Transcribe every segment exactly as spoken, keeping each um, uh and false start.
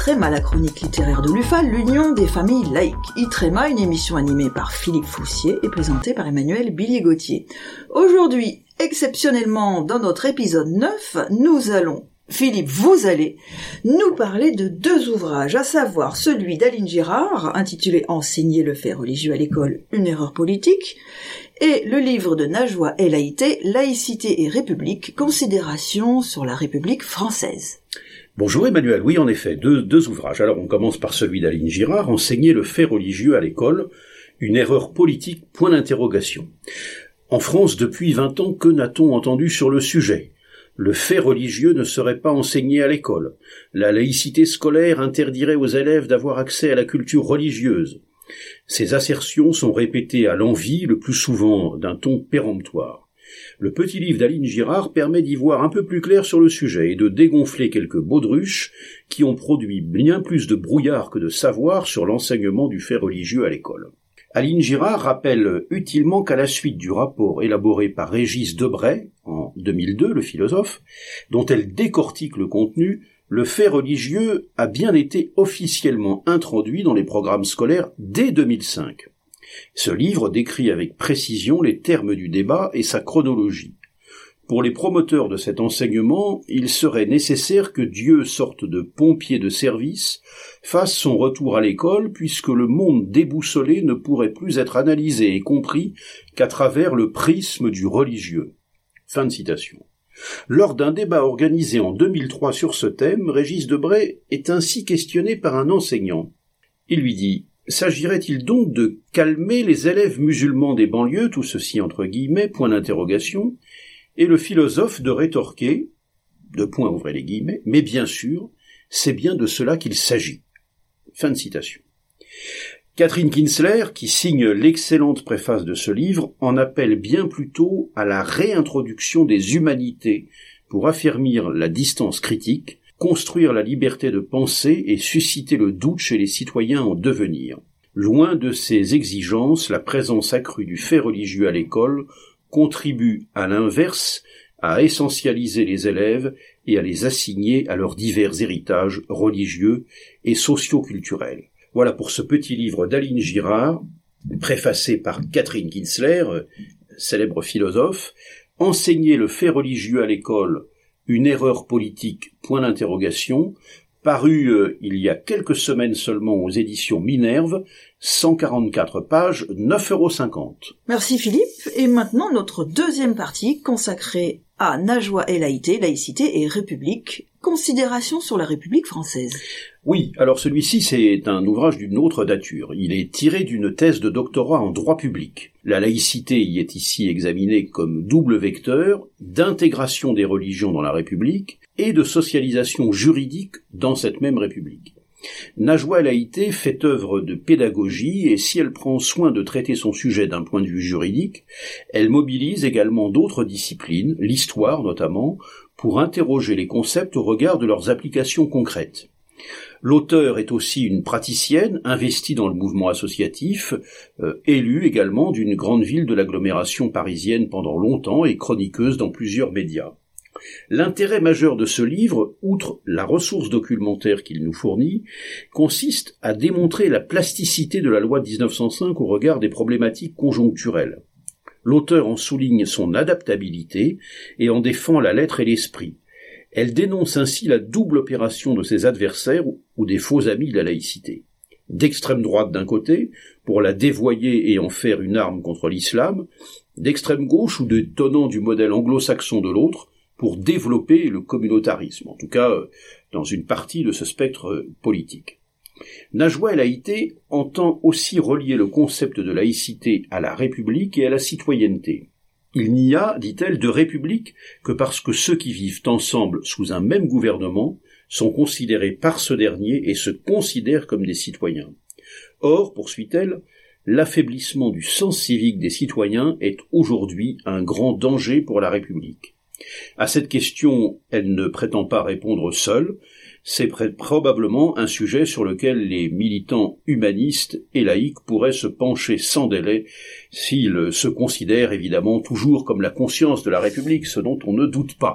ITREMA, la chronique littéraire de l'U F A, l'Union des familles laïques. ITREMA, une émission animée par Philippe Foussier et présentée par Emmanuel Billier-Gauthier. Aujourd'hui, exceptionnellement, dans notre épisode neuf, nous allons, Philippe, vous allez nous parler de deux ouvrages, à savoir celui d'Aline Girard, intitulé « Enseigner le fait religieux à l'école, une erreur politique », et le livre de Najwa El Haïté, « Laïcité et République, considérations sur la République française ». Bonjour Emmanuel, oui en effet, deux, deux ouvrages. Alors on commence par celui d'Aline Girard, « Enseigner le fait religieux à l'école, une erreur politique, point d'interrogation ». En France, depuis vingt ans, que n'a-t-on entendu sur le sujet ? Le fait religieux ne serait pas enseigné à l'école. La laïcité scolaire interdirait aux élèves d'avoir accès à la culture religieuse. Ces assertions sont répétées à l'envi, le plus souvent d'un ton péremptoire. Le petit livre d'Aline Girard permet d'y voir un peu plus clair sur le sujet et de dégonfler quelques baudruches qui ont produit bien plus de brouillard que de savoir sur l'enseignement du fait religieux à l'école. Aline Girard rappelle utilement qu'à la suite du rapport élaboré par Régis Debray, en deux mille deux, le philosophe, dont elle décortique le contenu, le fait religieux a bien été officiellement introduit dans les programmes scolaires dès deux mille cinq. Ce livre décrit avec précision les termes du débat et sa chronologie. Pour les promoteurs de cet enseignement, il serait nécessaire que Dieu, sorte de pompier de service, fasse son retour à l'école puisque le monde déboussolé ne pourrait plus être analysé et compris qu'à travers le prisme du religieux. Fin de citation. Lors d'un débat organisé en deux mille trois sur ce thème, Régis Debray est ainsi questionné par un enseignant. Il lui dit « S'agirait-il donc de calmer les élèves musulmans des banlieues, tout ceci entre guillemets, point d'interrogation ?» Et le philosophe de rétorquer, de point ouvrez les guillemets, mais bien sûr, c'est bien de cela qu'il s'agit. Fin de citation. Catherine Kinsler, qui signe l'excellente préface de ce livre, en appelle bien plutôt à la réintroduction des humanités pour affermir la distance critique, construire la liberté de penser et susciter le doute chez les citoyens en devenir. Loin de ces exigences, la présence accrue du fait religieux à l'école contribue à l'inverse à essentialiser les élèves et à les assigner à leurs divers héritages religieux et socio-culturels. Voilà pour ce petit livre d'Aline Girard, préfacé par Catherine Kinsler, célèbre philosophe, « Enseigner le fait religieux à l'école, une erreur politique, point d'interrogation », paru euh, il y a quelques semaines seulement aux éditions Minerve, cent quarante-quatre pages, neuf euros cinquante. Merci Philippe, et maintenant notre deuxième partie consacrée à Najwa El Haïté, Laïcité et République, considérations sur la République française. Oui, alors celui-ci c'est un ouvrage d'une autre nature. Il est tiré d'une thèse de doctorat en droit public. La laïcité y est ici examinée comme double vecteur d'intégration des religions dans la République et de socialisation juridique dans cette même République. Najwa El Haïté fait œuvre de pédagogie et si elle prend soin de traiter son sujet d'un point de vue juridique, elle mobilise également d'autres disciplines, l'histoire notamment, pour interroger les concepts au regard de leurs applications concrètes. L'auteure est aussi une praticienne investie dans le mouvement associatif, euh, élue également d'une grande ville de l'agglomération parisienne pendant longtemps et chroniqueuse dans plusieurs médias. L'intérêt majeur de ce livre, outre la ressource documentaire qu'il nous fournit, consiste à démontrer la plasticité de la loi de dix-neuf cent cinq au regard des problématiques conjoncturelles. L'auteur en souligne son adaptabilité et en défend la lettre et l'esprit. Elle dénonce ainsi la double opération de ses adversaires ou des faux amis de la laïcité. D'extrême droite d'un côté, pour la dévoyer et en faire une arme contre l'islam, d'extrême gauche ou de tenants du modèle anglo-saxon de l'autre, pour développer le communautarisme, en tout cas dans une partie de ce spectre politique. Najwa El Haïté entend aussi relier le concept de laïcité à la République et à la citoyenneté. Il n'y a, dit-elle, de République que parce que ceux qui vivent ensemble sous un même gouvernement sont considérés par ce dernier et se considèrent comme des citoyens. Or, poursuit-elle, l'affaiblissement du sens civique des citoyens est aujourd'hui un grand danger pour la République. À cette question, elle ne prétend pas répondre seule, c'est probablement un sujet sur lequel les militants humanistes et laïcs pourraient se pencher sans délai s'ils se considèrent évidemment toujours comme la conscience de la République, ce dont on ne doute pas.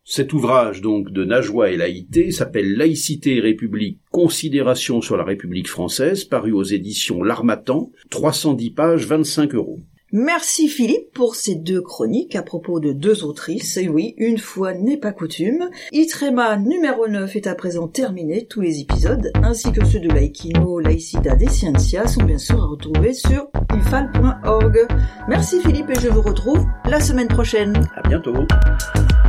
Cet ouvrage donc de Najwa El Haïté s'appelle Laïcité et République, considération sur la République française, paru aux éditions L'Harmattan, trois cent dix pages, vingt-cinq euros. Merci Philippe pour ces deux chroniques à propos de deux autrices. Et oui, une fois n'est pas coutume. Itrema numéro neuf est à présent terminé. Tous les épisodes, ainsi que ceux de Laikino, Laicidad et Scientia, sont bien sûr à retrouver sur i f a l point org. Merci Philippe et je vous retrouve la semaine prochaine. À bientôt.